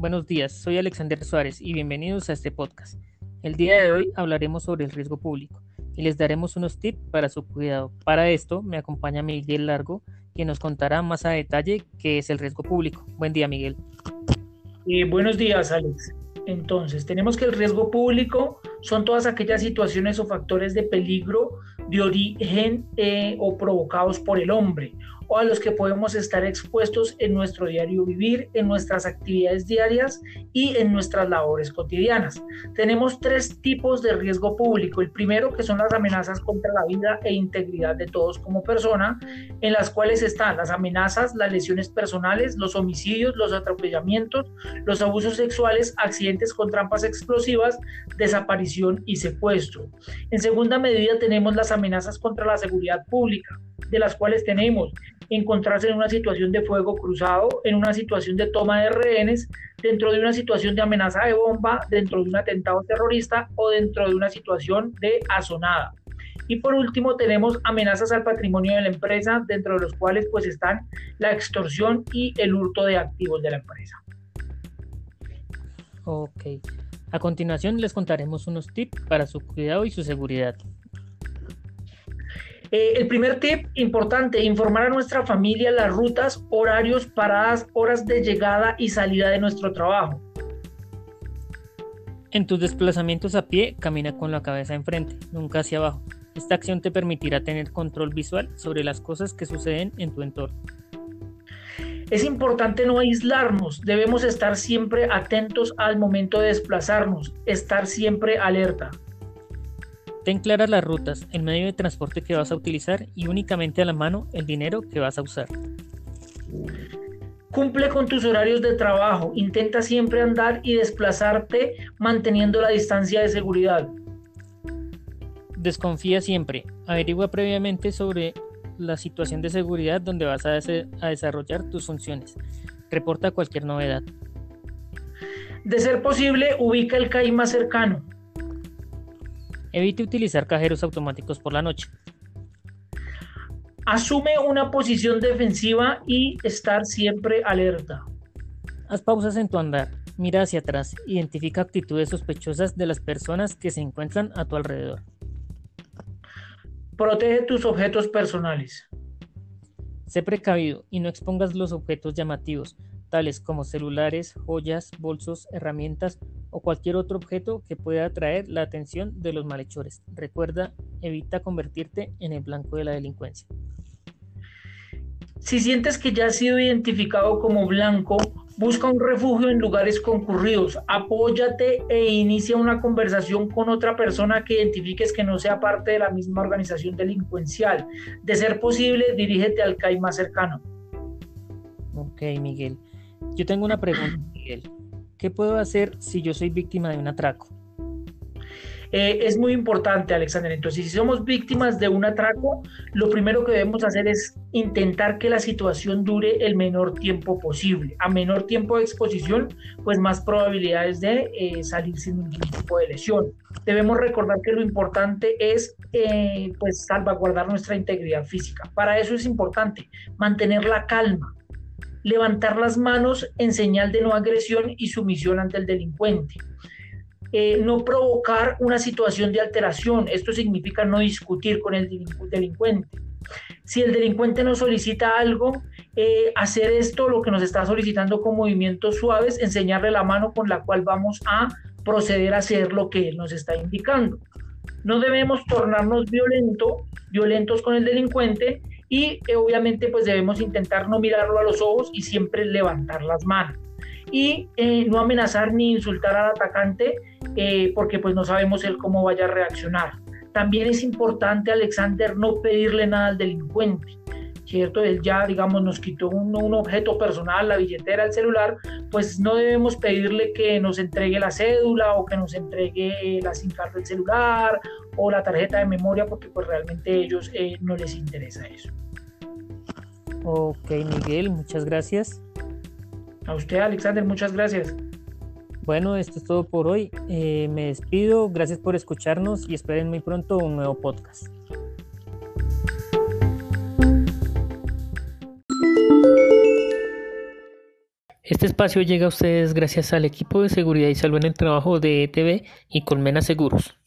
buenos días, soy Alexander Suárez y bienvenidos a este podcast. El día de hoy hablaremos sobre el riesgo público y les daremos unos tips para su cuidado. Para esto me acompaña Miguel Largo, quien nos contará más a detalle qué es el riesgo público. Buen día, Miguel. Buenos días, Alex. Entonces, tenemos que el riesgo público son todas aquellas situaciones o factores de peligro de origen o provocados por el hombre o a los que podemos estar expuestos en nuestro diario vivir, en nuestras actividades diarias y en nuestras labores cotidianas. Tenemos tres tipos de riesgo público. El primero, que son las amenazas contra la vida e integridad de todos como persona, en las cuales están las amenazas, las lesiones personales, los homicidios, los atropellamientos, los abusos sexuales, accidentes con trampas explosivas, desaparición y secuestro. En segunda medida tenemos las amenazas contra la seguridad pública, de las cuales tenemos encontrarse en una situación de fuego cruzado, en una situación de toma de rehenes, dentro de una situación de amenaza de bomba, dentro de un atentado terrorista o dentro de una situación de asonada. Y por último tenemos amenazas al patrimonio de la empresa, dentro de los cuales pues están la extorsión y el hurto de activos de la empresa. Ok. A continuación les contaremos unos tips para su cuidado y su seguridad. El primer tip importante, informar a nuestra familia las rutas, horarios, paradas, horas de llegada y salida de nuestro trabajo. En tus desplazamientos a pie, camina con la cabeza enfrente, nunca hacia abajo. Esta acción te permitirá tener control visual sobre las cosas que suceden en tu entorno. Es importante no aislarnos, debemos estar siempre atentos al momento de desplazarnos, estar siempre alerta. Ten claras las rutas, el medio de transporte que vas a utilizar y únicamente a la mano el dinero que vas a usar. Cumple con tus horarios de trabajo, intenta siempre andar y desplazarte manteniendo la distancia de seguridad. Desconfía siempre, averigua previamente sobre la situación de seguridad donde vas a desarrollar tus funciones. Reporta cualquier novedad. De ser posible, ubica el CAI más cercano. Evite utilizar cajeros automáticos por la noche. Asume una posición defensiva y estar siempre alerta. Haz pausas en tu andar, mira hacia atrás, identifica actitudes sospechosas de las personas que se encuentran a tu alrededor. Protege tus objetos personales. Sé precavido y no expongas los objetos llamativos, tales como celulares, joyas, bolsos, herramientas o cualquier otro objeto que pueda atraer la atención de los malhechores. Recuerda, evita convertirte en el blanco de la delincuencia. Si sientes que ya has sido identificado como blanco, busca un refugio en lugares concurridos, apóyate e inicia una conversación con otra persona que identifiques que no sea parte de la misma organización delincuencial. De ser posible, dirígete al CAI más cercano. Ok, Miguel. Yo tengo una pregunta, Miguel. ¿Qué puedo hacer si yo soy víctima de un atraco? Es muy importante, Alexander. Entonces, si somos víctimas de un atraco, lo primero que debemos hacer es intentar que la situación dure el menor tiempo posible. A menor tiempo de exposición, pues más probabilidades de salir sin ningún tipo de lesión. Debemos recordar que lo importante es pues salvaguardar nuestra integridad física. Para eso es importante mantener la calma, levantar las manos en señal de no agresión y sumisión ante el delincuente. No provocar una situación de alteración. Esto significa no discutir con el delincuente. Si el delincuente nos solicita algo, hacer esto, lo que nos está solicitando con movimientos suaves, enseñarle la mano con la cual vamos a proceder a hacer lo que él nos está indicando. No debemos tornarnos violentos con el delincuente y obviamente pues debemos intentar no mirarlo a los ojos y siempre levantar las manos. Y no amenazar ni insultar al atacante porque pues no sabemos él cómo vaya a reaccionar. También es importante, Alexander, no pedirle nada al delincuente, ¿cierto? Él ya, digamos, nos quitó un objeto personal, la billetera, el celular, pues no debemos pedirle que nos entregue la cédula o que nos entregue la SIM card del celular o la tarjeta de memoria porque pues realmente a ellos no les interesa eso. Ok, Miguel, muchas gracias. A usted, Alexander, muchas gracias. Bueno, esto es todo por hoy. Me despido, gracias por escucharnos y esperen muy pronto un nuevo podcast. Este espacio llega a ustedes gracias al equipo de seguridad y salud en el trabajo de ETV y Colmena Seguros.